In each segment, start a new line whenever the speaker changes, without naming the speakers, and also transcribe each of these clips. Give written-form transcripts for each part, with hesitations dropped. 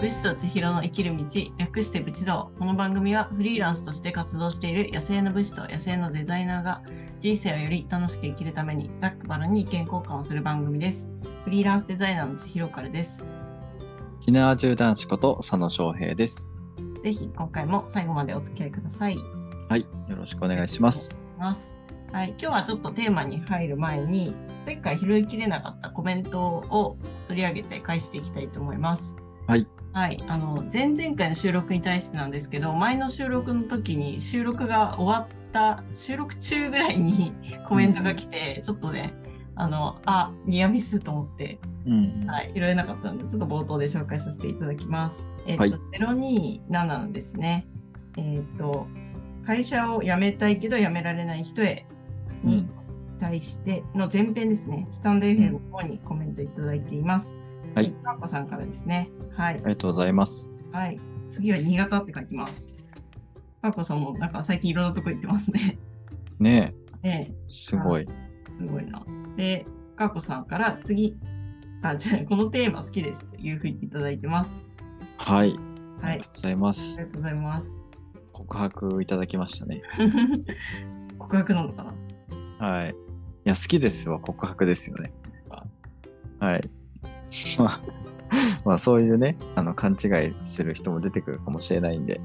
武士と千尋の生きる道、略して武士道。この番組はフリーランスとして活動している野生の武士と野生のデザイナーが人生をより楽しく生きるためにざっくばらんに意見交換をする番組です。フリーランスデザイナーの千尋からです。
ひなわじゅう男子こと佐野翔平です。
ぜひ今回も最後までお付き合いください。
はい、よろしくお願いします。
はい、今日はちょっとテーマに入る前に前回拾いきれなかったコメントを取り上げて返していきたいと思います。
はい。
はい、前々回の収録に対してなんですけど、前の収録の時に収録が終わった収録中ぐらいにコメントが来て、ちょっとね、ニアミスと思って、はい、拾えなかったので、ちょっと冒頭で紹介させていただきます。027ですね。会社を辞めたいけど辞められない人へに対しての前編ですね。スタンド FM の方にコメントいただいています。はい。かっこさんからですね。はい。あり
がとうございます。
はい。次は新潟って書いてます。かっこさんもなんか最近いろんなとこ行ってますね。
ねえ。すごい。
すごいな。で、かっこさんから次、じゃあこのテーマ好きですというふうにいただいてます。
はい。ありがとうございます。
ありがとうございます。
告白いただきましたね。
告白なのか
な？はい。いや、好きですわ。告白ですよね。はい。まあそういうね、勘違いする人も出てくるかもしれないんで。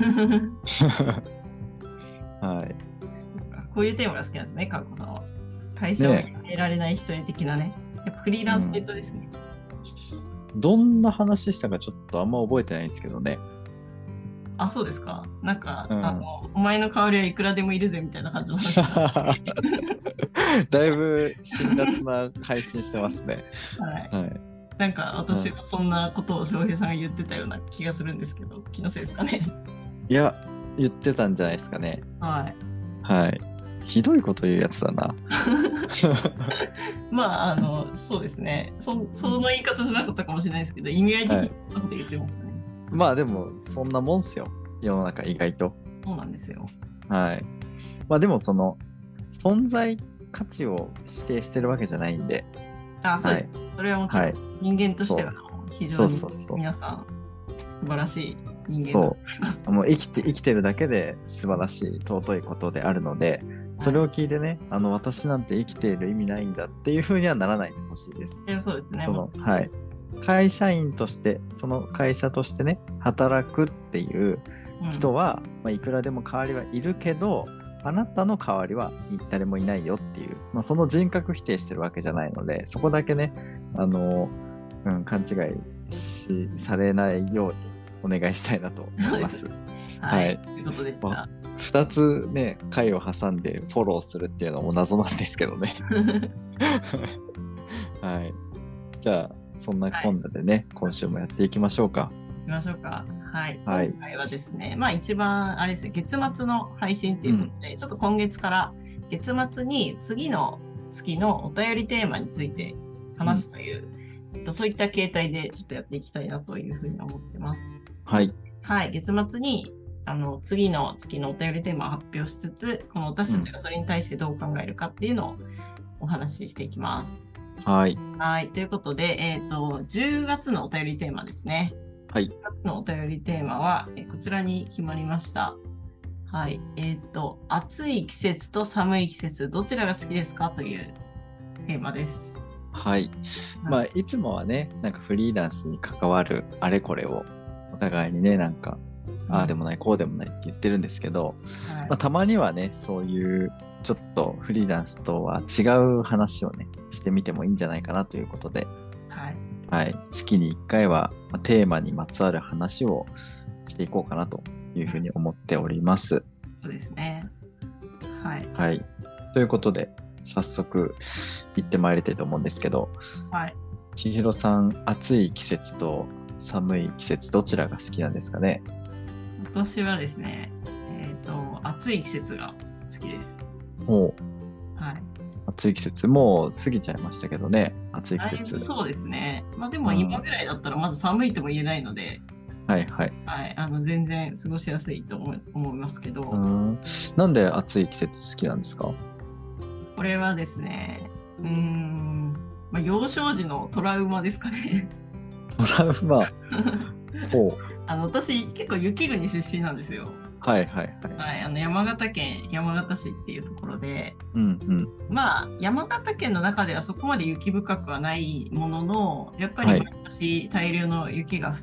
はい。
こういうテーマが好きなんですね、かっこさんは。会社を辞められない人へ的なね。やっぱフリーランスネットですね。
どんな話したかちょっとあんま覚えてないんですけどね。
あ、そうですか。なんか、お前の代わりはいくらでもいるぜみたいな感じの話。
だいぶ辛辣な配信してますね。
はい。なんか私はそんなことを翔平さんが言ってたような気がするんですけど、気のせいですかね。
いや、言ってたんじゃないですかね。
はい。
はい。ひどいこと言うやつだな。
まあ、そうですね。その言い方じゃなかったかもしれないですけど、意味合い的にそんなこと言ってますね。
まあでも、そんなもんっすよ。世の中意外と。
そうなんですよ。
はい。まあでも存在価値を指定してるわけじゃないんで。
そうです。それはもちろん、人間としては非常に皆さん素晴らしい人間だと思います。
もう生きてるだけで素晴らしい尊いことであるので、それを聞いてね、私なんて生きている意味ないんだっていうふうにはならないでほしいです。
そうですね。
はい。会社員として、その会社としてね、働くっていう人は、いくらでも代わりはいるけど、あなたの代わりは誰もいないよっていう、その人格否定してるわけじゃないので、そこだけね、勘違いされないようにお願いしたいなと思います。
はい。ということでした。
2つね、回を挟んでフォローするっていうのも謎なんですけどね。はい。じゃあ、そんなこんなでね、今週もやっていきましょうか。
行きましょうか。はい。今回はですね、一番、あれですね、月末の配信っていうことで、ちょっと今月から月末に次の月のお便りテーマについて話すという、そういった形態でちょっとやっていきたいなというふうに思ってます。
はい。
はい。月末に、次の月のお便りテーマを発表しつつ、この私たちがそれに対してどう考えるかっていうのをお話ししていきます。
はい。
はい。ということで、10月のお便りテーマですね。
はい。
10月のお便りテーマは、こちらに決まりました。はい。暑い季節と寒い季節、どちらが好きですかというテーマです。
はい。いつもはね、なんかフリーランスに関わるあれこれをお互いにね、なんか、ああでもない、こうでもないって言ってるんですけど、たまにはね、そういうちょっとフリーランスとは違う話をね、してみてもいいんじゃないかなということで、はい。月に1回はテーマにまつわる話をしていこうかなというふうに思っております。
そうですね。はい。
はい。ということで、早速行ってまいりたいと思うんですけど、
はい。
千尋さん、暑い季節と寒い季節、どちらが好きなんですかね？
私はですね、暑い季節が好きです。はい。
暑い季節、もう過ぎちゃいましたけどね、暑い季節。
そうですね。でも今ぐらいだったらまだ寒いとも言えないので、
はいはい。
はい、全然過ごしやすいと思いますけど。
なんで暑い季節好きなんですか？
これはですね、幼少時のトラウマですかね。
トラウマほう。
私、結構雪国出身なんですよ。
はいはいはい。
はい、山形県山形市っていうところで、
うんうん。
まあ、山形県の中ではそこまで雪深くはないものの、やっぱり毎
はい。
年大量の雪が降って、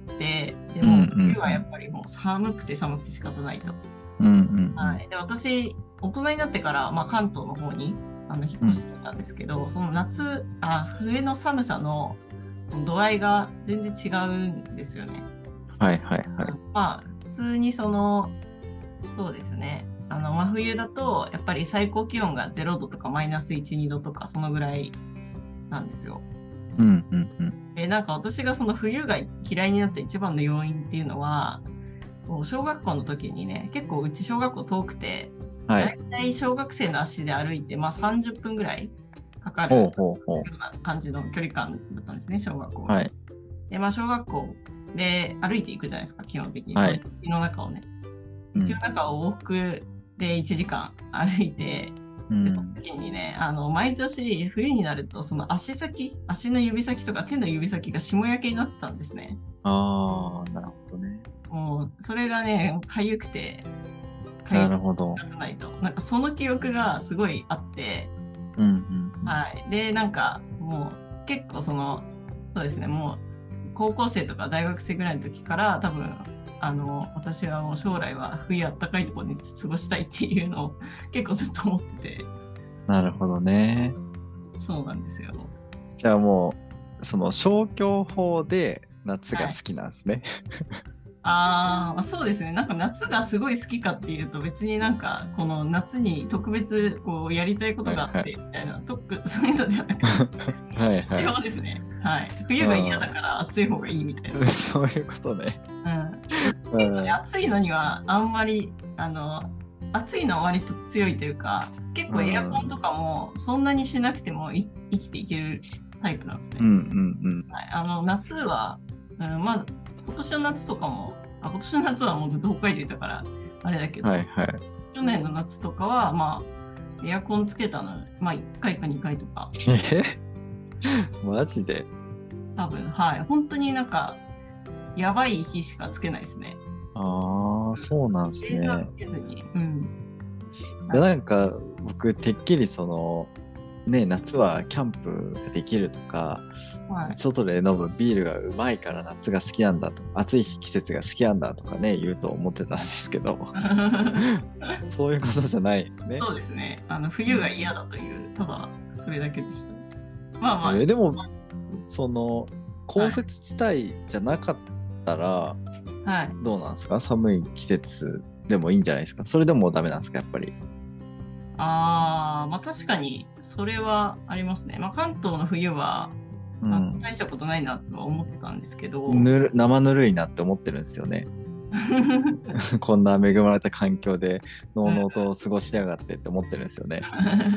で
うんう
も、冬はや
ん
っぱりもう寒くて寒くて仕方ないと。
うん。うんうん
はい、で私、大人になってから、まあ、関東の方に引っ
うん。
越してたんですけど、その冬の寒さの度合いが全然違うんですよね。
はいはいはい。
まあ、普通にそうですね。真冬だと、やっぱり最高気温が0度とかマイナス1、2度とか、そのぐらいなんですよ。
うんうんうん。
なんか私がその冬が嫌いになった一番の要因っていうのは、小学校の時にね、結構うち小学校遠くて、
はい。
だいたい小学生の足で歩いて、まあ30分ぐらいかかる
ほう
よ
ほうほ
うな感じの距離感だったんですね、小学校
う。
が。
はい。
で、まあ小学校で歩いていくじゃないですか、基本的に。
はい。
雪の中をね。雪の
うん。
中を往復で1時間歩いて、で、その
うん。
時にね、毎年冬になると、その足の指先とか手の指先が霜焼けになったんですね。
ああ、なるほどね。
もう、それがね、痒くて、痒くて
なるほど。
仕方ないと。なんかその記憶がすごいあって、
うんうんうん。
はい。で、なんかもう、結構そうですね、もう、高校生とか大学生ぐらいの時から、多分、私はもう将来は冬あったかいところに過ごしたいっていうのを結構ずっと思ってて、
なるほどね。
そうなんですよ。
じゃあもう、その消去法で夏が
はい。
好きなんですね。
そうですね。なんか夏がすごい好きかっていうと別になんかこの夏に特別こうやりたいことがあっ
はいはい。
てみたいな、そういうのではなくて、
はい
基
は
本ですね。はい。冬が嫌だ
い。
から暑い方がいいみたいな。
うん。そういうことね。
うん。
う
結構ね、
ん。
暑いのにはあんまり、暑いのは割と強いというか、結
う
構エアコン
ん。
とかもそんなにしなくても生きていけるタイプなんですね。
うんうんうん。
はい、夏は、まあ、今年の夏とかも、今年の夏はもうずっと北海道いたから、あれだけど、
はいはい。
去年の夏とかは、まあ、エアコンつけたの、まあ、1回か2回とか、
えマジで。
多分、はい。本当になんか、やばい日しかつけないですね。
ああ、そうなんですね。
レーザーつけずに。うん。
で、なんか、僕、てっきりね、夏はキャンプができるとか、
はい。
外で飲むビールがうまいから夏が好きなんだと、暑い季節が好きなんだとかね、言うと思ってたんですけど、そういうことじゃないですね。
そうですね。冬が
うん。
嫌だという、ただ、それだけでした。まあま
でも、降
あ、はい。
雪地帯じゃなかったら、
はい。
どうなんですか？寒い季節でもいいんじゃないですか？それでもダメなんですか、やっぱり。
まあ確かに、それはありますね。まあ関東の冬は、大
うん。
したことないなとは思ったんですけど、
生ぬるいなって思ってるんですよね。こんな恵まれた環境で、のうのうと過ごしやがってって思ってるんですよね。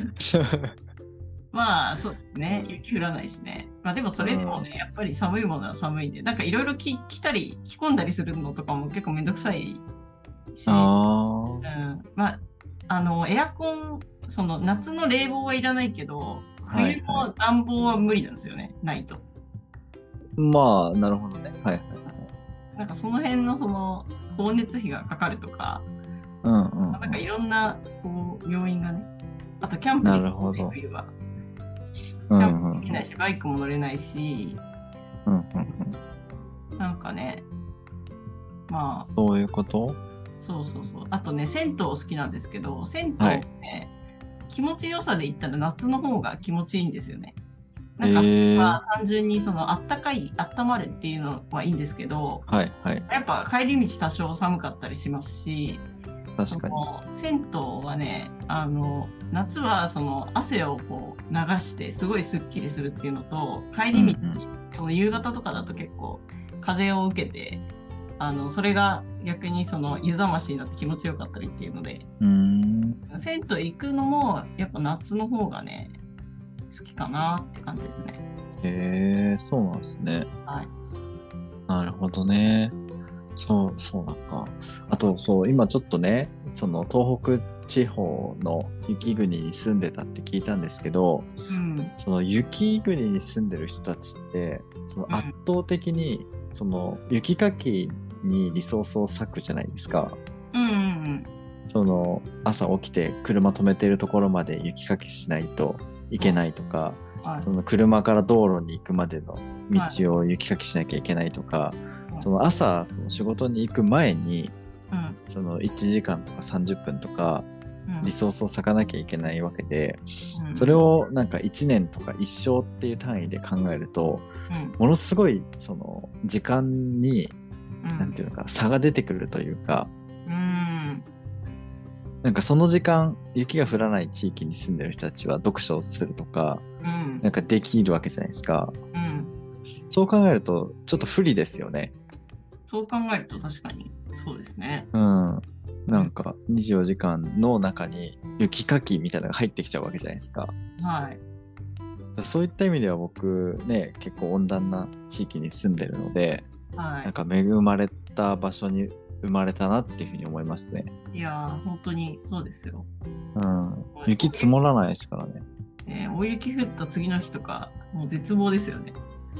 まあそうですね。雪降らないしね。まあでもそ
う
れでもね、
ん。
やっぱり寒いものは寒いんで、なんかいろいろ着たり、着込んだりするのとかも結構めんどくさいし、
あ
うん。まあ、エアコン、夏の冷房はいらないけど、
あ、はい
冬
はい。
の暖房は無理なんですよね、ないと。
まあ、なるほどね。はいはい。
なんかその辺の光熱費がかかるとか、
うんうん
なんかい
うん。
ろんな要因がね、あとキャンプ
な
できない、
るほど。
冬は。
う
キャン
んうんうん。
プできないし、バイクも乗れないし、
うんうんうん。
なんかね、まあ、
そういうこと？
そうそうそう。あとね、銭湯好きなんですけど、銭湯
はい。
ね、気持ちよさで言ったら夏の方が気持ちいいんですよね。なんか、
ええ、
単純にあったかい、あったまるっていうのはいいんですけど、
はいはい。
やっぱ帰り道多少寒かったりしますし、
確かに。
銭湯はね、夏は汗をこう流してすごいスッキリするっていうのと、帰
うんう
り道、
ん。
夕方とかだと結構風を受けて、それが逆に湯冷ましになって気持ちよかったりっていうので、
うーん。
銭湯行くのもやっぱ夏の方がね、好きかなって感じですね。
へえ、そうなんですね。
はい。
なるほどね。そうなんか。あと、そう、今ちょっとね、東北地方の雪国に住んでたって聞いたんですけど、
うん。
その雪国に住んでる人たちって、その圧
うん。
倒的にその雪かきにリソースを割くじゃないですか。
うんうんうん。
その朝起きて車止めてるところまで雪かきしないといけないとか、
はい。
その車から道路に行くまでの
はい。
道を雪かきしなきゃいけないとか、
はい。
その朝その仕事に行く前に
うん。
その1時間とか30分とか
うん。
リソースを割かなきゃいけないわけで、
うん。
それをなんか1年とか一生っていう単位で考えると、
うん。
ものすごいその時間に
うん。
なんていうのか差が出てくるというか、
うん。
なんかその時間雪が降らない地域に住んでる人たちは読書をするとか
うん。
なんかできるわけじゃないですか。
うん。
そう考えるとちょっと不利ですよね。
そう考えると確かにそうですね。
うん。
うん。
なんか24時間の中に雪かきみたいなのが入ってきちゃうわけじゃないですか。
はい。
そういった意味では僕ね、結構温暖な地域に住んでるので、
はい。
なんか恵まれた場所に生まれたなっていうふうに思いますね。
いやー、本当にそうですよ。
うん。
大
雪積もらないですからね。
大雪降った次の日とか、もう絶望ですよね。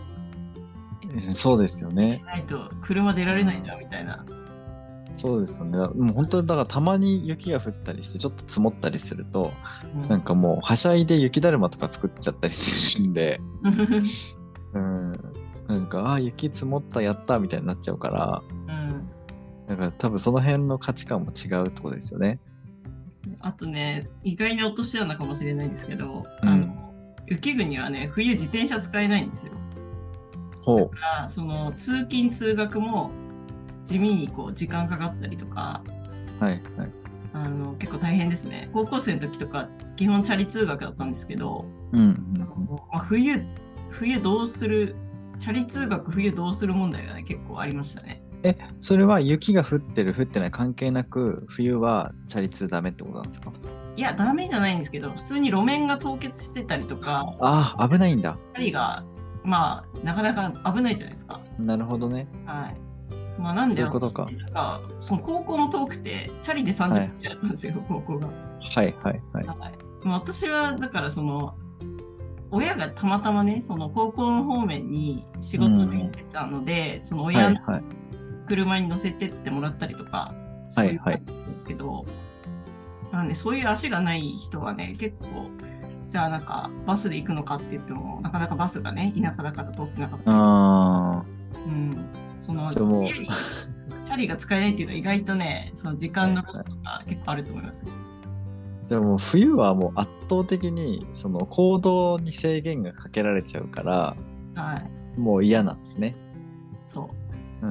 そうですよね。
しないと車出られないん
うん。
だみたいな。
そうですよね。もう本当にだからたまに雪が降ったりしてちょっと積もったりすると、
うん。
なんかもうはしゃいで雪だるまとか作っちゃったりするんで、うん。なんか、ああ、雪積もった、やったみたいになっちゃうから、
うん。
なんか多分その辺の価値観も違うってことですよね。
あとね、意外な落とし穴かもしれないんですけど、
うん。
雪国はね、冬自転車使えないんですよ。だ
ほ
から、その通勤通学も地味にこう時間かかったりとか、
う。はい、はい。
結構大変ですね。高校生の時とか、基本チャリ通学だったんですけど、
うん、うん、うん。
まあ、冬どうする、チャリ通学冬どうする問題がね、結構ありましたね。
それは雪が降ってる、降ってない関係なく、冬はチャリ通ダメってことなんですか？
いや、ダメじゃないんですけど、普通に路面が凍結してたりとか、
ああ、危ないんだ。
チャリが、まあ、なかなか危ないじゃないですか。
なるほどね。
はい。まあ、なんで、
そういうことか。
なんか、その高校の遠くて、チャリで30
はい。
分やったんですよ、高校が。
はい、はい、はい。
はい。まあ私は、だから、親がたまたまね、その高校の方面に仕
う
事で行っ
ん。
てたので、その
はい、
親の
はい。
車に乗せてってもらったりとか、
はい、
そういう
はい。
感じなんですけど、なんで、そういう足がない人はね、結構、じゃあなんか、バスで行くのかって言っても、なかなかバスがね、田舎だから通ってなかったり、
ああ、
うん、
もう、
家にチャリが使えないっていうのは意外とね、その時
はい、
間のロ
はい。
スとか結構あると思いますよ。
じゃあもう冬はもう圧倒的にその行動に制限がかけられちゃうから
はい。
もう嫌なんですね。
そう。
うん。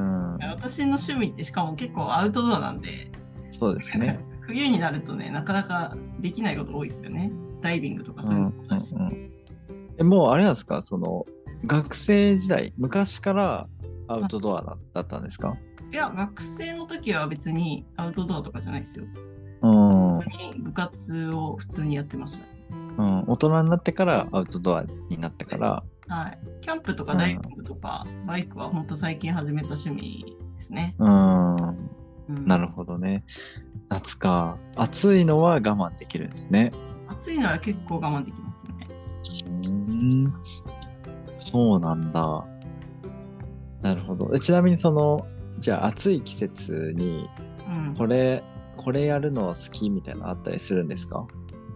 私の趣味ってしかも結構アウトドアなんで、
そうですね。
冬になるとね、なかなかできないこと多いですよね。ダイビングとかそういうの
うん、うん、
もだし。
うん。もうあれなんですかその学生時代、昔からアウトドアだったんですか？
いや、学生の時は別にアウトドアとかじゃないですよ。
うん。うん。
部活を普通にやってました。
大人になってからアウトドアになってから、
はい。キャンプとか
うん。
ダイビングとかバイクは本当最近始めた趣味ですね。
うん。
うん。
なるほどね。夏か。暑いのは我慢できるんですね。
暑いのは結構我慢できますよね。
うん。そうなんだ。なるほど。ちなみにじゃあ暑い季節に、
うん。
これ、これやるの好きみたいなのあったりするんですか？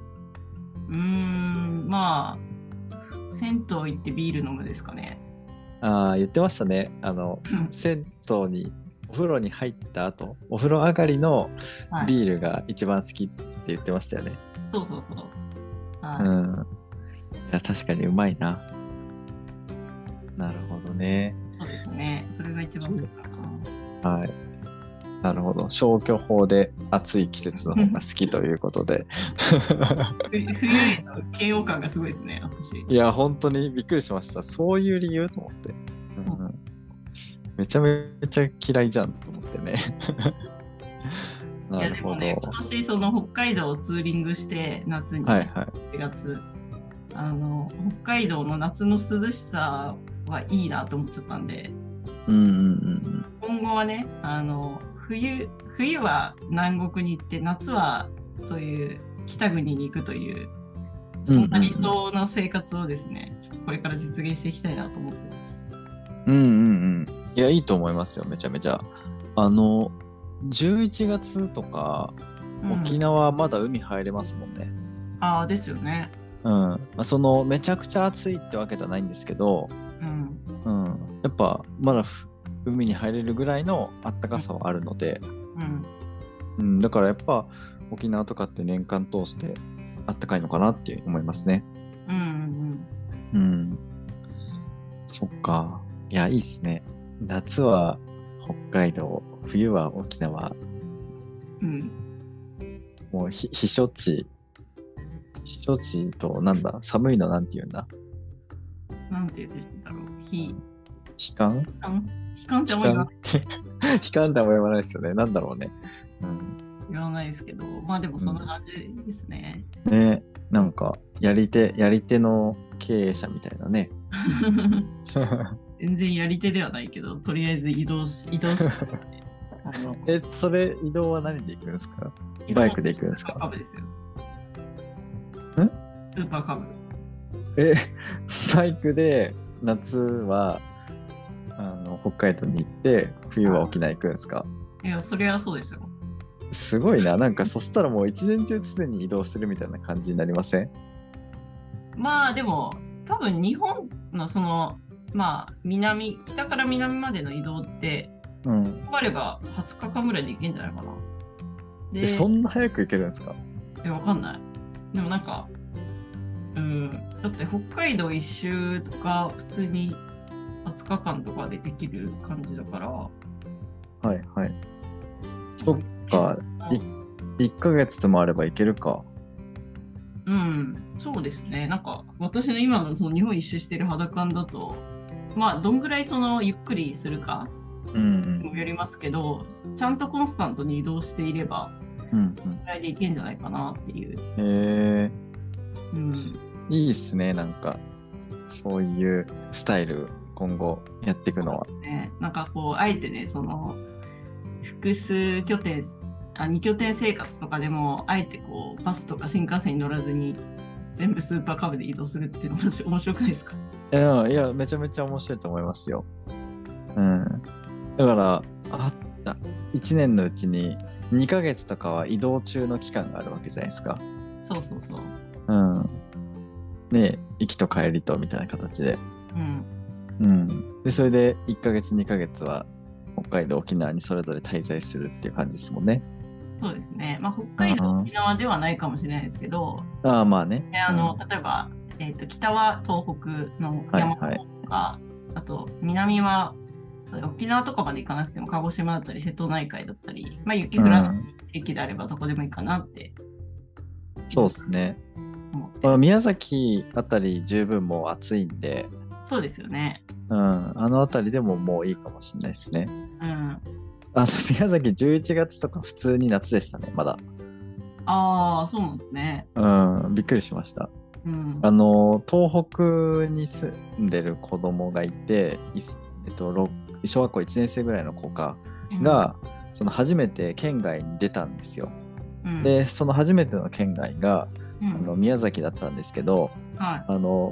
まあ、銭湯行ってビール飲むですかね。
ああ、言ってましたね。
うん
銭湯に、お風呂に入った後、お風呂上がりの
はい。
ビールが一番好きって言ってましたよね。
そうそうそう。はい。
うん。いや、確かにうまいな。なるほどね。
そうですね。それが一番好きかな。
はい。なるほど。消去法で暑い季節の方が好きということで。
冬への嫌悪感がすごいですね、私。
いや、本当にびっくりしました。そういう理由と思って。う
そう
ん、めちゃめちゃ嫌いじゃんと思ってね。
いや、
なる
でもね、
ほど。
今年その北海道をツーリングして夏に
はいはい。
4月、北海道の夏の涼しさはいいなと思っちゃったんで、
うんうんうん
今後はね、冬は南国に行って、夏はそういう北国に行くという、
うん。う
そんな理
んうんうん。
想の生活をですね、ちょっとこれから実現していきたいなと思ってます。
うんうんうん。いや、いいと思いますよ、めちゃめちゃ。11月とか、
うん。
沖縄まだ海入れますもんね。
ああ、ですよね。
うん。めちゃくちゃ暑いってわけではないんですけど、
うん。
うん。やっぱ、まだ海に入れるぐらいのあったかさはあるので、
うん。
うん。だからやっぱ、沖縄とかって年間通してあったかいのかなって思いますね。
うん。
うん。そっか。いや、いいっすね。夏は北海道、冬は沖縄。
うん。
もう避暑地と、なんだ、寒いのなんて言うんだ。
なんて言ってんだろう。
悲観
悲観って
悲観
あんまり
悲観ってあんま言わないですよね。なんだろうね。うん。
言わないですけど、まあでもそんな感じですね。
ね、なんか、やり手の経営者みたいなね。
全然やり手ではないけど、とりあえず移動して、
それ移動は何で行くんですか？
移動も
バイクで行くんです
スーパー
か？
カブですよ。
ん
スーパーカブ。
え、バイクで夏は北海道に行って、冬は沖縄行くんですか？
いや、それはそうですよ。
すごいな。なんかそしたらもう一年中常に移動するみたいな感じになりません？
まあでも、多分日本のその、まあ北から南までの移動って、
うん。
頑張れば20日間ぐらいで行けんじゃないかな。
そ
で、
んな早く行けるんですか？
わかんない。でもなんか、うん、だって北海道一周とか、普通に20日間とかでできる感じだから、
はいはい。そっか。1ヶ月でもあれば行けるか。
うん、そうですね。なんか、私の今のその日本一周してる肌感だと、まあ、どんぐらいそのゆっくりするか
うん
にもよりますけど、ちゃんとコンスタントに移動していれば、
うん。うん
ぐらいでいけんじゃないかなっていう。
うん。へえ、
うん、
いいっすね。なんか、そういうスタイル、今後やっていくのは。
ね、なんかこう、あえてね、その、複数拠点、2拠点生活とかでも、あえてこう、バスとか新幹線に乗らずに、全部スーパーカブで移動するっていうのも面白くないですか？
いや、めちゃめちゃ面白いと思いますよ。うん。だから、1年のうちに2ヶ月とかは移動中の期間があるわけじゃないですか。
そうそうそう。
うん。ね、行きと帰りとみたいな形で。
うん。
うん。で、それで1ヶ月、2ヶ月は北海道、沖縄にそれぞれ滞在するっていう感じですもんね。
そうですね。まあ、北海道、沖縄ではないかもしれないですけど、
ああ、まあね。
で例えば、北は東北の山の
はいはい。
方とか、あと南は沖縄とかまで行かなくても鹿児島だったり瀬戸内海だったり、まあ、雪降らない駅であればどこでもいいかなって
そうですね。
思って
まあ、宮崎あたり十分もう暑いんで、
そうですよね。
うん、あのあたりでももういいかもしれないですね。
うん。
宮崎11月とか普通に夏でしたね、まだ。
ああ、そうなんですね。
うん、びっくりしました。
うん。
東北に住んでる子供がいて、小学校1年生ぐらいの子が、その初めて県外に出たんですよ。
うん、
で、その初めての県外が、
うん
宮崎だったんですけど、
はい、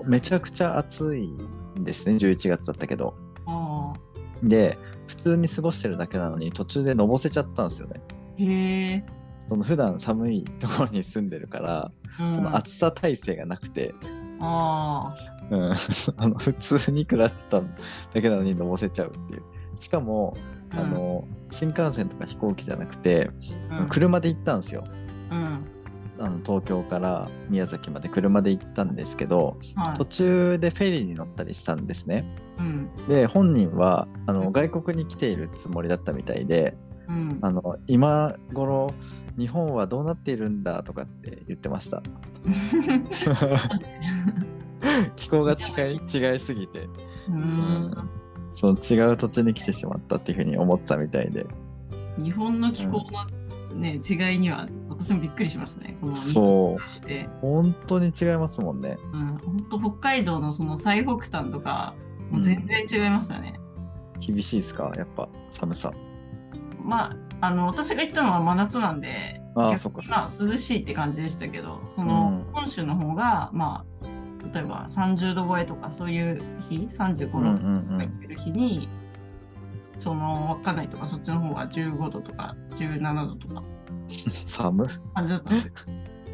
めちゃくちゃ暑いんですね、11月だったけど。
あ
で、普通に過ごしてるだけなのに途中でのぼせちゃったんですよね。
へえ。
その普段寒いところに住んでるから、その暑さ耐性がなくて、
あ
うん、普通に暮らしてただけなのにのぼせちゃうっていう。しかも、新幹線とか飛行機じゃなくて、車で行ったんですよ。東京から宮崎まで車で行ったんですけど、途中でフェリーに乗ったりしたんですね。で、本人は外国に来ているつもりだったみたいで、今頃日本はどうなっているんだとかって言ってました。気候が違いすぎて、その違う土地に来てしまったっていうふうに思ってたみたいで。
日本の気候の、ね違いには私もびっくりしましたね。
そう。本当に違いますもんね。
本当北海道のその最北端とかもう全然違いましたね。
厳しいですか、やっぱ寒さ。
まあ私が行ったのは真夏なんで、
そっか
涼しいって感じでしたけど、その本州の方がまあ例えば30度超えとかそういう日、35度とか入ってる日に、その稚内とかそっちの方が15度とか17度とか。
寒
感じだったんですよ。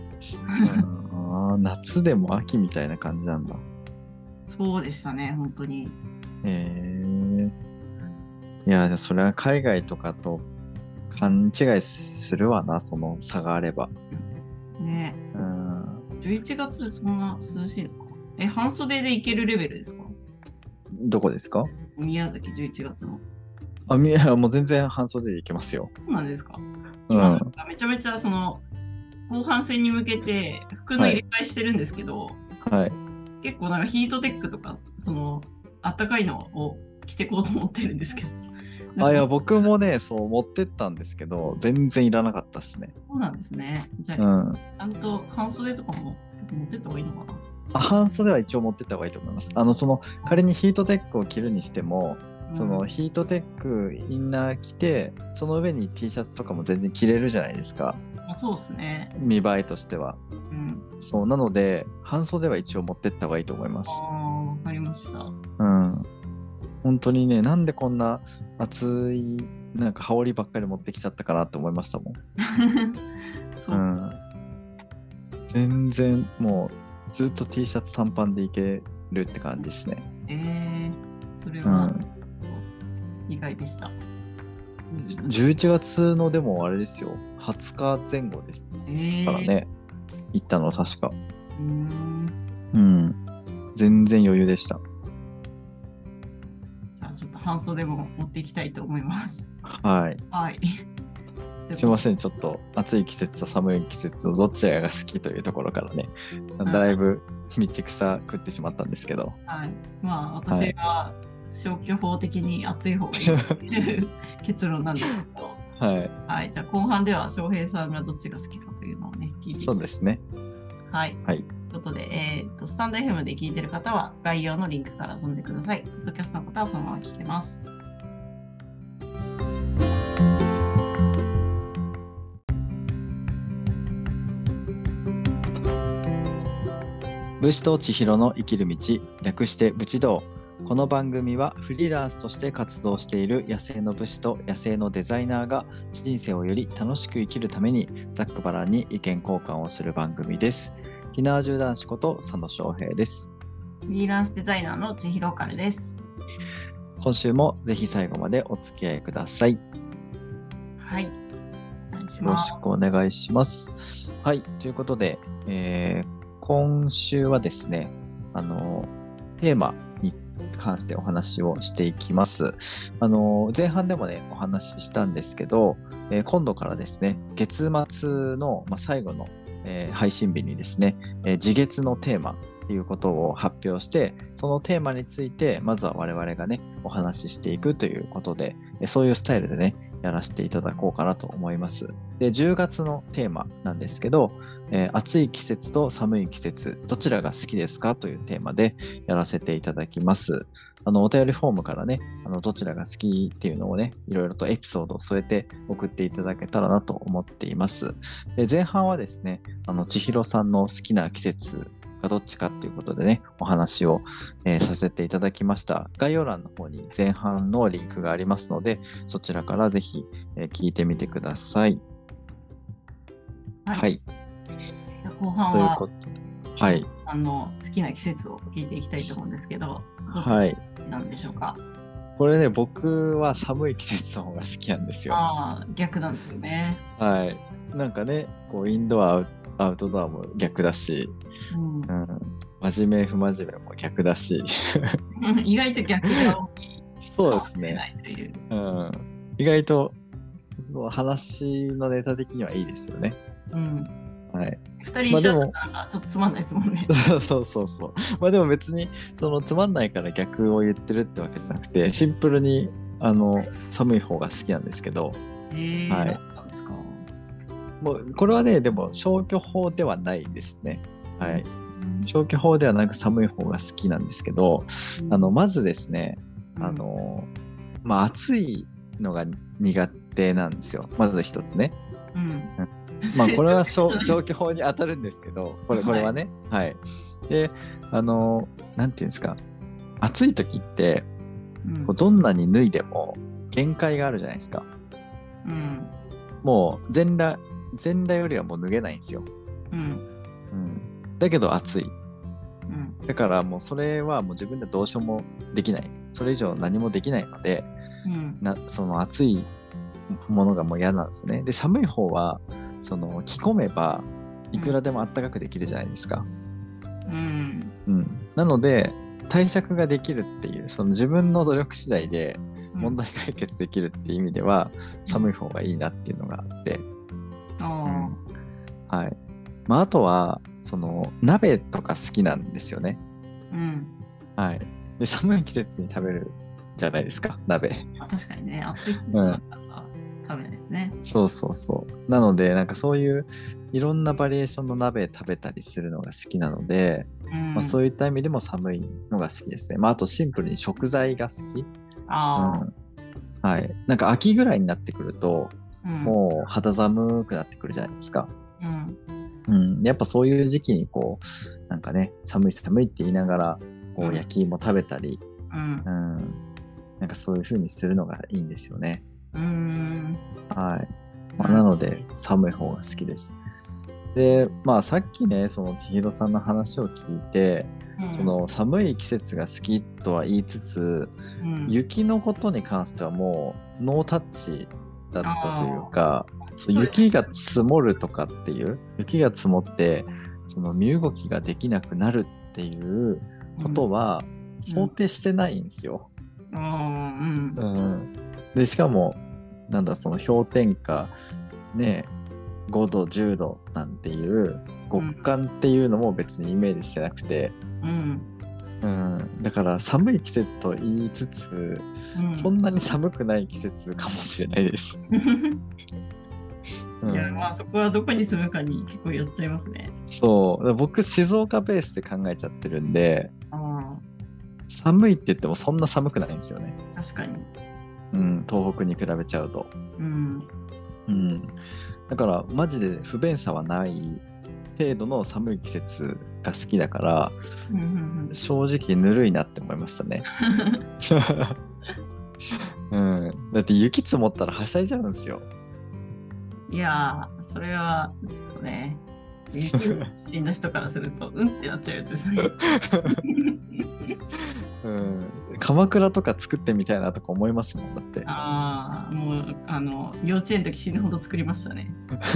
夏でも秋みたいな感じなんだ。
そうでしたね、本当に。
いや、それは海外とかと勘違いするわな、その差があれば。
ねえ。11月そんな涼しいのか。半袖でいけるレベルですか？
どこですか？
宮崎11月の。
もう全然半袖でいけますよ。
そうなんですか？今なんかめちゃめちゃその後半戦に向けて服の入れ替えしてるんですけど、
はい、
結構なんかヒートテックとかそのあったかいのを着てこうと思ってるんですけど。
いや僕もねそう持ってったんですけど全然いらなかったですね。
そうなんですね。じゃあ、ちゃんと半袖とかも持ってった方がいいのかな？
半袖は一応持ってった方がいいと思います。その仮にヒートテックを着るにしても、そのヒートテックインナー着てその上に T シャツとかも全然着れるじゃないですか。
そうですね。
見栄えとしては。そうなので半袖は一応持ってった方がいいと思います。
わかりました。
本当にね、なんでこんな暑いなんか羽織ばっかり持ってきちゃったかなって思いましたもん。全然もうずっと T シャツ短パンでいけるって感じですね。
それは意外でした。
11月のでもあれですよ、20日前後ですからね、行ったの確か。全然余裕でした。
じゃあちょっと半袖も持っていきたいと思います。
はい。すいません、ちょっと暑い季節と寒い季節とどちらが好きというところからね、だいぶ道草食ってしまったんですけど。
まあ私は消去法的に暑い方がいいという結論なんですけど。じゃあ後半では翔平さんがどっちが好きかというのをね、聞いていきます。
そうですね。
ということで、スタンド FM で聞いてる方は概要のリンクから飛んでください。ポッドキャストの方はそのまま聞けます。
武士と千尋の生きる道、略して武士道。この番組はフリーランスとして活動している野生の武士と野生のデザイナーが人生をより楽しく生きるためにざっくばらんに意見交換をする番組です。ひなわじゅう男子こと佐野翔平です。
フリーランスデザイナーの千尋かるです。
今週もぜひ最後までお付き合いください。
よ
ろしくお願いします。ということで、今週はですね、テーマに関してお話をしていきます。前半でもね、お話ししたんですけど、今度からですね、月末の、最後の、配信日にですね、次月のテーマっていうことを発表して、そのテーマについて、まずは我々がね、お話ししていくということで、そういうスタイルでね、やらせていただこうかなと思います。で、10月のテーマなんですけど、暑い季節と寒い季節、どちらが好きですかというテーマでやらせていただきます。お便りフォームからね、どちらが好きっていうのをね、いろいろとエピソードを添えて送っていただけたらなと思っています。で、前半はですね、千尋さんの好きな季節がどっちかっていうことでね、お話を、させていただきました。概要欄の方に前半のリンクがありますので、そちらからぜひ、聞いてみてください。
後半は、
好
きな季節を聞いていきたいと思うんですけど、何でしょうか。
これね、僕は寒い季節の方が好きなんですよ。
逆なんですよね。
なんかね、こうインドア、アウトドアも逆だし、真面目不真面目も逆だし
意外と逆が多い。
そうですね。意外と話のネタ的にはいいですよね。
2人一緒だったらちょっとつまんないですもんね。
そう。でも別にそのつまんないから逆を言ってるってわけじゃなくて、シンプルに寒い方が好きなんですけど。もうこれはね、でも消去法ではないですね。消去法ではなく寒い方が好きなんですけど、まずですね、暑いのが苦手なんですよ。まず一つね。 まあこれは消去法に当たるんですけど、これはね、はい。で、なんていうんですか、暑い時って、どんなに脱いでも限界があるじゃないですか。
うん。
もう全裸よりはもう脱げないんですよ。
うん。
うん。だけど暑い。
うん。
だからもうそれはもう自分でどうしようもできない。それ以上何もできないので、
うん。
その暑いものがもう嫌なんですよね。で、寒い方は、着込めばいくらでも暖かくできるじゃないですか。
うん。
うん。なので、対策ができるっていう、その自分の努力次第で問題解決できるっていう意味では、寒い方がいいなっていうのがあって。はい。まあ、あとは、鍋とか好きなんですよね。
うん。
はい。で、寒い季節に食べるじゃないですか、鍋。
確かにね、暑い季節だったら食べないですね。
そうそうそう。なので、なんかそういういろんなバリエーションの鍋食べたりするのが好きなので、まあ、そういった意味でも寒いのが好きですね。まあ、あとシンプルに食材が好き。はい。なんか秋ぐらいになってくると、もう肌寒くなってくるじゃないですか。やっぱそういう時期になんかね、寒い寒いって言いながら、焼き芋食べたり、なんかそういう風にするのがいいんですよね。はい。まあ、なので、寒い方が好きです。で、まあさっきね、千尋さんの話を聞いて、寒い季節が好きとは言いつつ、雪のことに関してはもうノータッチだったというか、雪が積もるとかっていう、雪が積もって、身動きができなくなるっていうことは想定してないんですよ。で、しかも、なんだ、氷点下、ね、5度、10度なんていう極寒っていうのも別にイメージしてなくて、だから寒い季節と言いつつ、そんなに寒くない季節かもしれないです。
いや、まあそこはどこに住むかに結構寄っちゃいますね。
そう。僕、静岡ベースで考えちゃってるんで、寒いって言ってもそんな寒くないんですよね。
確かに。
東北に比べちゃうと。だからマジで不便さはない程度の寒い季節が好きだから、正直ぬるいなって思いましたね。だって雪積もったらはしゃいじゃうんですよ。
いやー、それはちょっとね、雪を死んだ人からするとうんってなっちゃうやつですね。
鎌倉とか作ってみたいなとか思いますもん、だって。
ああ、もう幼稚園の時死ぬほど作りましたね。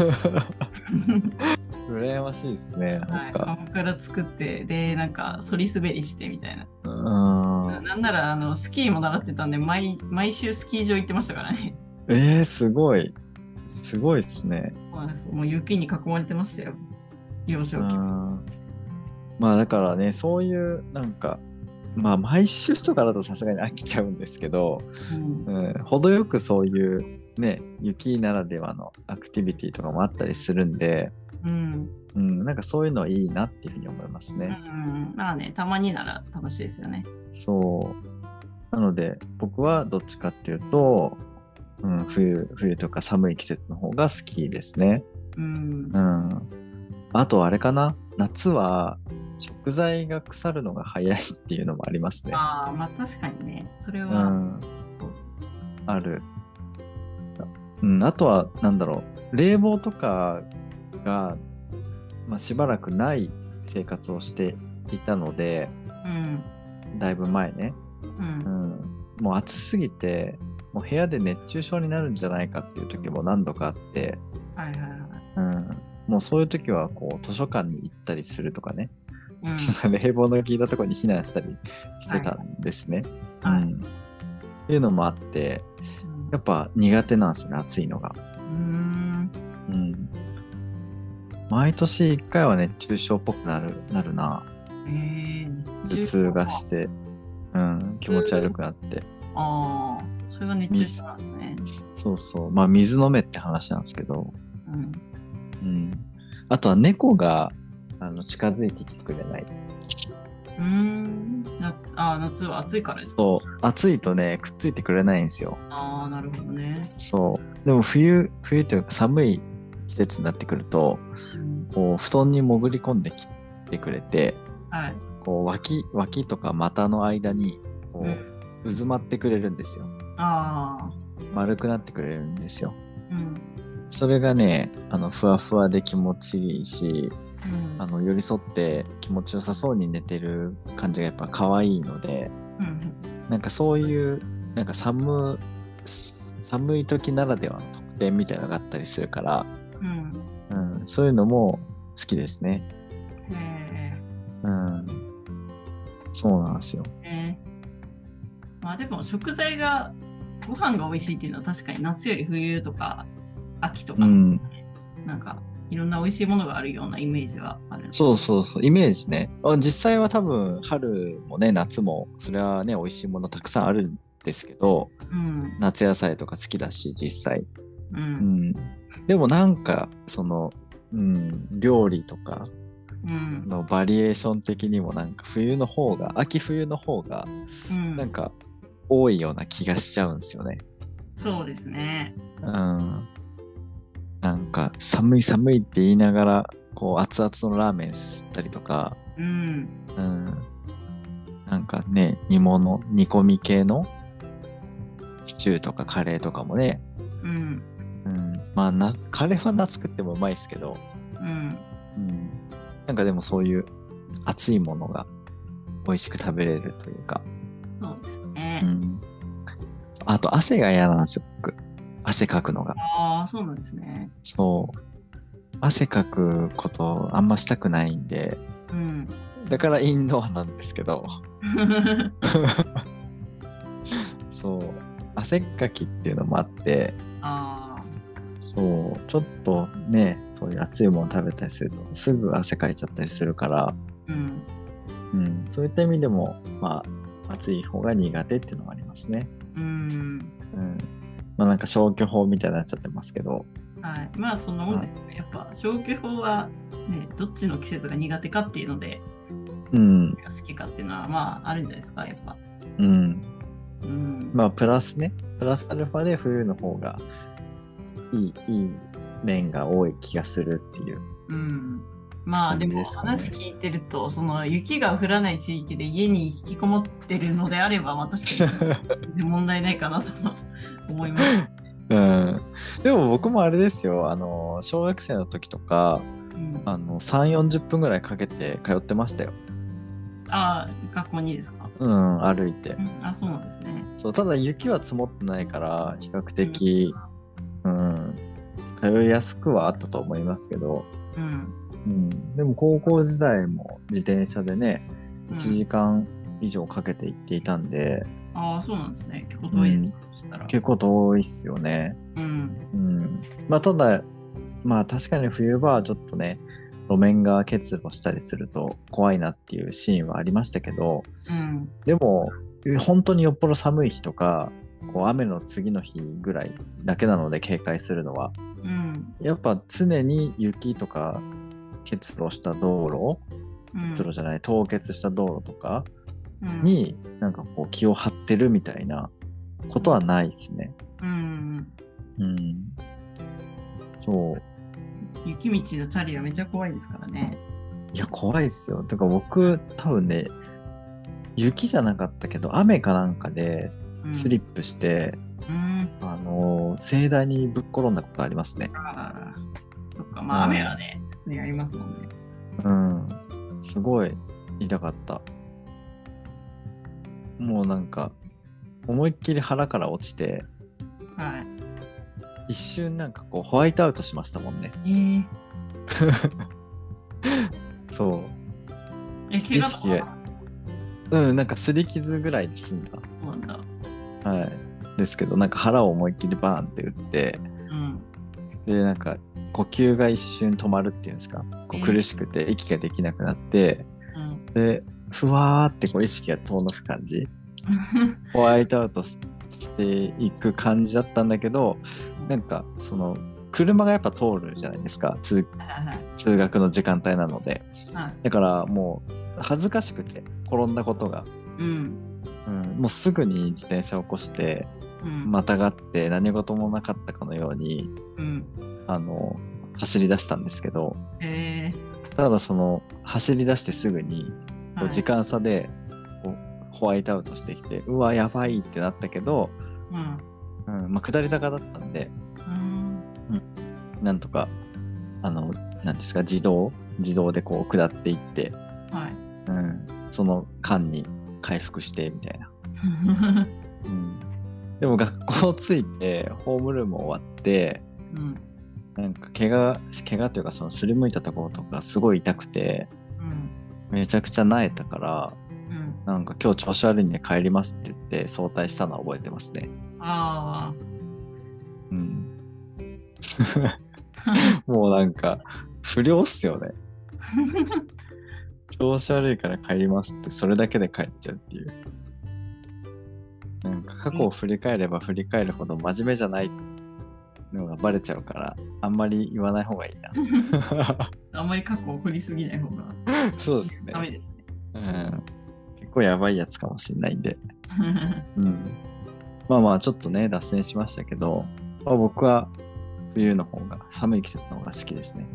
羨ましいですね。
鎌倉作って、で、なんか、反り滑りしてみたいな。なんなら、スキーも習ってたんで、毎週スキー場行ってましたからね。
すごい。すごいですね。
もう雪に囲まれてましたよ。幼少期。
まあだからね、そういうなんか、まあ毎週とかだとさすがに飽きちゃうんですけど、程よくそういうね、雪ならではのアクティビティとかもあったりするんで、なんかそういうのいいなっていうふうに思いますね。
まあね、たまになら楽しいですよね。
そう。なので僕はどっちかっていうと、冬とか寒い季節の方が好きですね。あとあれかな、夏は食材が腐るのが早いっていうのもありますね。
まあ確かにね、それは、
ある。あとはなんだろう、冷房とかが、しばらくない生活をしていたので、だいぶ前ね、もう暑すぎてもう部屋で熱中症になるんじゃないかっていう時も何度かあって、もうそういう時は図書館に行ったりするとかね、冷房の効いたところに避難したりしてたんですね。っていうのもあって、やっぱ苦手なんですね、暑いのが。毎年1回は熱中症っぽくなるな。頭痛がして、気持ち悪くなって。
それが熱中症なんですね。
そうそう。まあ水飲めって話なんですけど。あとは猫が近づいてきてくれない。
夏は暑いからですか？
そう。暑いとね、くっついてくれないんですよ。
なるほどね。
そう。でも冬というか寒い季節になってくると、
うん、
こう布団に潜り込んできてくれて、
はい。
こう脇とか股の間にこ
うん、
う渦まってくれるんですよ。
ああ、
丸くなってくれるんですよ。
うん、
それがね、ふわふわで気持ちいいし、
うん、
寄り添って気持ちよさそうに寝てる感じがやっぱ可愛いので、
うん、
なんかそういう、なんか寒い時ならではの特典みたいなのがあったりするから、
うん。
うん、そういうのも好きですね。
へえ、
うん、そうなんですよ。
へえ。まあでも食材が、ご飯が美味しいっていうのは確かに夏より冬とか秋とかの、
うん、
なんかいろんな美味しいものがあるようなイメージはある。
そうそうそう、イメージね。実際は多分春もね、夏も、それはね、美味しいものたくさんあるんですけど、
うん、
夏野菜とか好きだし、実際。
うん、
うん。でもなんか、料理とか
うん、
のバリエーション的にもなんか秋冬の方が、
うん。
なんか多いような気がしちゃうんですよね。
そうですね。
うん。なんか寒い寒いって言いながら、こう熱々のラーメンすすったりとか、
うん、
うん。なんかね、煮込み系のシチューとかカレーとかもね、
うん、
うん。まあカレーは夏食ってもうまいですけど、
うん。
うん。なんかでもそういう熱いものが美味しく食べれるというか、
そうですね。
うん。あと汗が嫌なんですよ、僕。汗かくのが。
ああ、そうなんですね。
そう。汗かくことあんましたくないんで、
うん。
だからインドアなんですけど、そう。汗っかきっていうのもあって、
ああ、
そう。ちょっとね、そういう熱いもの食べたりすると、すぐ汗かいちゃったりするから、
うん、
うん。そういった意味でも、まあ、暑い方が苦手っていうのもありますね。
うん。
うん。まあなんか消去法みたいになっちゃってますけど、
はい。まあ、そんなもん
はい。
ですよね。やっぱ、消去法は、ね、どっちの季節が苦手かっていうので、
うん。
が好きかっていうのは、まあ、あるんじゃないですか、やっぱ。
うん。
うん。
まあ、プラスアルファで冬の方がいい面が多い気がするっていう
うん。まあ、
感じで
でも、
すかね。
話聞いてると、その、雪が降らない地域で家に引きこもってるのであれば、まあ、確かに全然問題ないかなと思います。
うん。でも僕もあれですよ。小学生の時とか、
うん。
3、40分ぐらいかけて通ってましたよ。
ああ、学校にですか？
うん、歩いて。
うん。あ、そうなんですね。
そう、ただ雪は積もってないから、比較
うん。
的、うん、通いやすくはあったと思いますけど、
うん。
うん、でも高校時代も自転車でね、1
うん。
時間以上かけて行っていたんで、
ああ、そうなんですね。結構
うん、
遠いです。そしたら。
結構遠いっすよね。
うん。
うん。まあ、ただ、まあ確かに冬場はちょっとね、路面が結露したりすると怖いなっていうシーンはありましたけど、
うん。
でも、本当によっぽど寒い日とか、こう雨の次の日ぐらいだけなので警戒するのは、
うん。
やっぱ常に雪とか結露した道路、
うん。
結露じゃない、凍結した道路とか
うん。
になんかこう気を張ってるみたいなことはないですね。
うん。
うん。そう。
雪道のチャリはめっちゃ怖いですからね。
いや、怖いですよ。てか僕、多分ね、雪じゃなかったけど、雨かなんかで
うん。
スリップして、
うん。
盛大にぶっ転んだことありますね。
ああ、そっか。まあ、雨
うん。
はね、普通にありますもんね。
うん。すごい痛かった。もうなんか、思いっきり腹から落ちて、
は
一瞬なんかこうホワイトアウトしましたもんね。
い。
そ
怪
う。意
我とか
識が、うん、なんか擦り傷ぐらいで済んだ。
そうなんだ。
はい。ですけど、なんか腹を思いっきりバーンって打って、
うん。
で、なんか呼吸が一瞬止まるっていうんですか、こう苦しくて息ができなくなって、
うん。
で、ふわーってこう意識が遠のく感じ、ホワイトアウトしていく感じだったんだけど、なんかその、車がやっぱ通るじゃないですか、
はいはい。
通学の時間帯なので。
はい。
だからもう恥ずかしくて転んだことが、
うん。
もうすぐに自転車を起こして
うん。
またがって何事もなかったかのように
うん。
あの走り出したんですけど、ただその走り出してすぐにこう時間差でこうホワイトアウトしてきて、うわやばいってなったけど、まあ、下り坂だったんで、なんとかなんですか、自動でこう下っていって、その間に回復してみたいな。でも学校着いてホームルーム終わって、なんか怪我というかそのすりむいたところとかすごい痛くて、めちゃくちゃ萎えたから、なんか今日調子悪いんで帰りますって言って早退したのは覚えてますね。もうなんか不良っすよね。調子悪いから帰りますってそれだけで帰っちゃうっていう。なんか過去を振り返れば振り返るほど真面目じゃないのがバレちゃうから、あんまり言わない方がいいな。
あんまり過去を振りすぎない方が
そうですね。
ダメですね。
結構やばいやつかもしれないんで。まあまあちょっとね脱線しましたけど、まあ、僕は冬の方が、寒い季節の方が好きですね。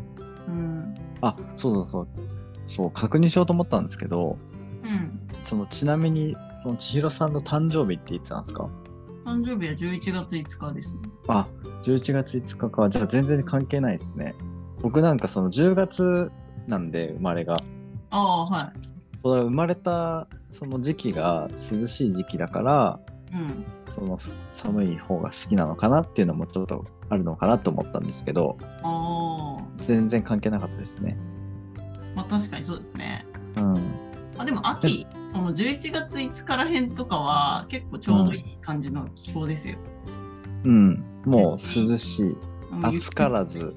そう確認しようと思ったんですけど、ちなみにその千尋さんの誕生日っていつなんですか？
誕生日は11月5日ですね。
11月5日か。じゃあ全然関係ないですね。僕なんかその10月なんで生まれが。生まれたその時期が涼しい時期だから、その寒い方が好きなのかなっていうのもちょっとあるのかなと思ったんですけど、全然関係なかったですね。
まあ確かにそうですね。でも秋、この11月5日らへんとかは結構ちょうどいい感じの気候ですよ。
もう涼しい。暑からず。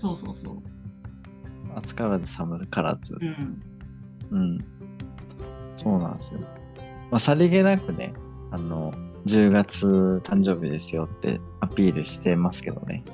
暑からず寒からず。そうなんですよ。まあ、さりげなくね、10月誕生日ですよってアピールしてますけどね。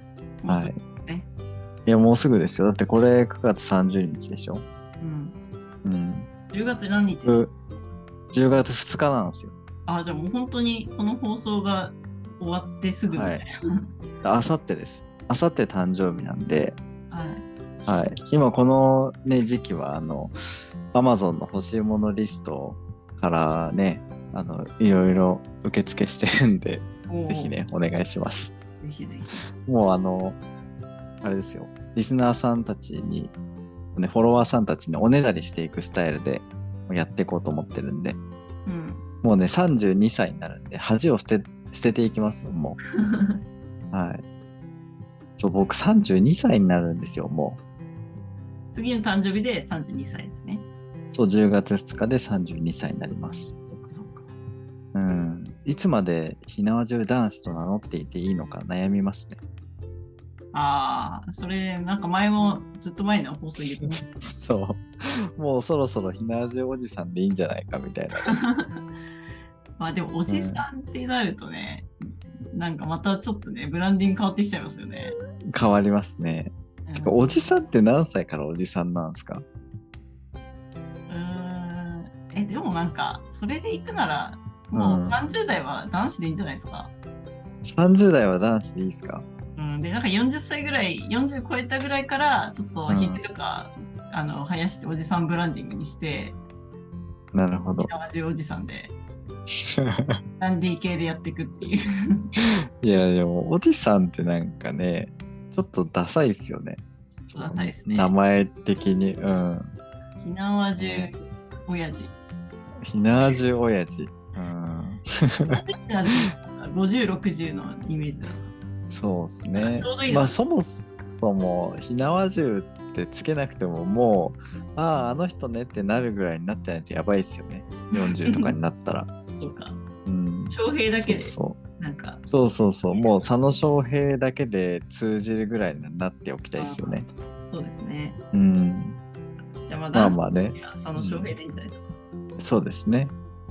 いや、もうすぐですよ。だってこれ9月30日でしょ。10月何日ですか？10月2日なんですよ。
じゃあもう本当にこの放送が終わってすぐみたいな。
あさってです。あさって誕生日なんで、今このね時期はAmazon の欲しいものリストからね、いろいろ受付してるんで、ぜひねお願いします。
ぜひぜ
ひ。もうあれですよ。リスナーさんたちにね、フォロワーさんたちにおねだりしていくスタイルでやっていこうと思ってるんで、もうね32歳になるんで恥を捨てていきますよ、もう。そう、僕32歳になるんですよ、も
う。次の誕生日で32歳ですね。
そう、10月2日で32歳になります。いつまで火縄銃男子と名乗っていていいのか悩みますね。
それなんか前もずっと前の放送入れてます。
そう、もうそろそろ火縄銃おじさんでいいんじゃないかみたい
な。でもおじさんってなるとね、なんかまたちょっとねブランディング変わってきちゃいますよね。
変わりますね。てかおじさんって何歳からおじさんなんですか？
でもなんかそれで行くならもう30代は男子でいいんじゃないですか
？30代は男子でいいですか？
でなんか40歳ぐらい40超えたぐらいからちょっとひげとか、生やしておじさんブランディングにして、
なるほど。
おじさんでダンディ系でやっていくっていう。
いやでもおじさんってなんかねちょっとダサいですよね。
ダサいですね。
名前的に。
火縄銃親父。
火縄銃親父。
50、60のイメージだな。
そうですね。まあそもそも火縄銃ってつけなくてももうあの人ねってなるぐらいになってないとやばいですよね。40とかになったら。
そうか。翔平だけで。なんか
そうもう佐野翔平だけで通じるぐらいになっておきたいですよね。
そうですね。じゃあ
まあね。
佐野翔平でいいんじゃないですか。
そうですね。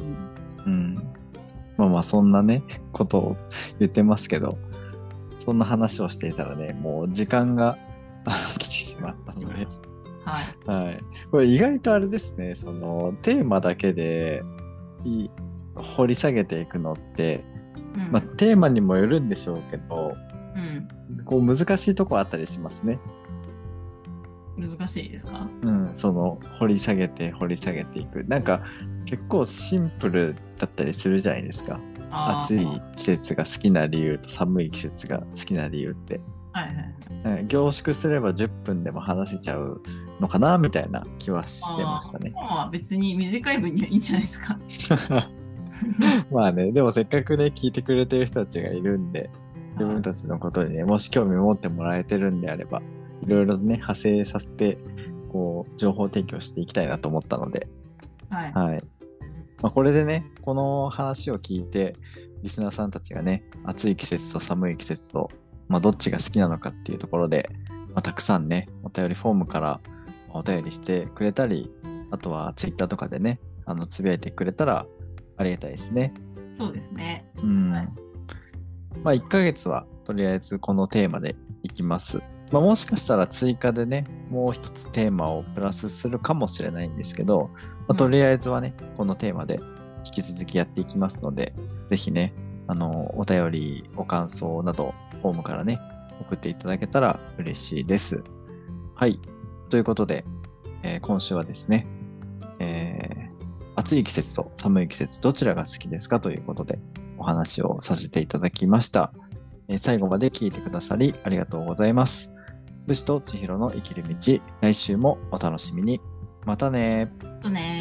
まあそんなねことを言ってますけど、そんな話をしていたらねもう時間が来てしまったので、これ意外とあれですね、そのテーマだけで掘り下げていくのって、テーマにもよるんでしょうけど、 こう難しいとこあったりしますね。
難しいですか？
その掘り下げていく。なんか結構シンプルだったりするじゃないですか。暑い季節が好きな理由と寒い季節が好きな理由って。凝縮すれば10分でも話せちゃうのかなみたいな気はしてましたね。
まあ別に短い分にはいいんじゃないですか。
まあね、でもせっかくね、聞いてくれてる人たちがいるんで、自分たちのことにね、もし興味持ってもらえてるんであれば、いろいろね、派生させて、こう、情報提供していきたいなと思ったので、まあ、これでね、この話を聞いて、リスナーさんたちがね、暑い季節と寒い季節と、まあ、どっちが好きなのかっていうところで、まあ、たくさんね、お便りフォームからお便りしてくれたり、あとはツイッターとかでね、つぶやいてくれたらありがたいですね。
そうですね。
まあ、1ヶ月はとりあえずこのテーマでいきます。まあ、もしかしたら追加でね、もう一つテーマをプラスするかもしれないんですけど、まあ、とりあえずはね、このテーマで引き続きやっていきますので、ぜひね、お便り、ご感想など、フォームからね、送っていただけたら嬉しいです。はい。ということで、今週はですね、暑い季節と寒い季節、どちらが好きですかということで、お話をさせていただきました。最後まで聞いてくださりありがとうございます。武士と千尋の生きる道、来週もお楽しみに。またね。
またね。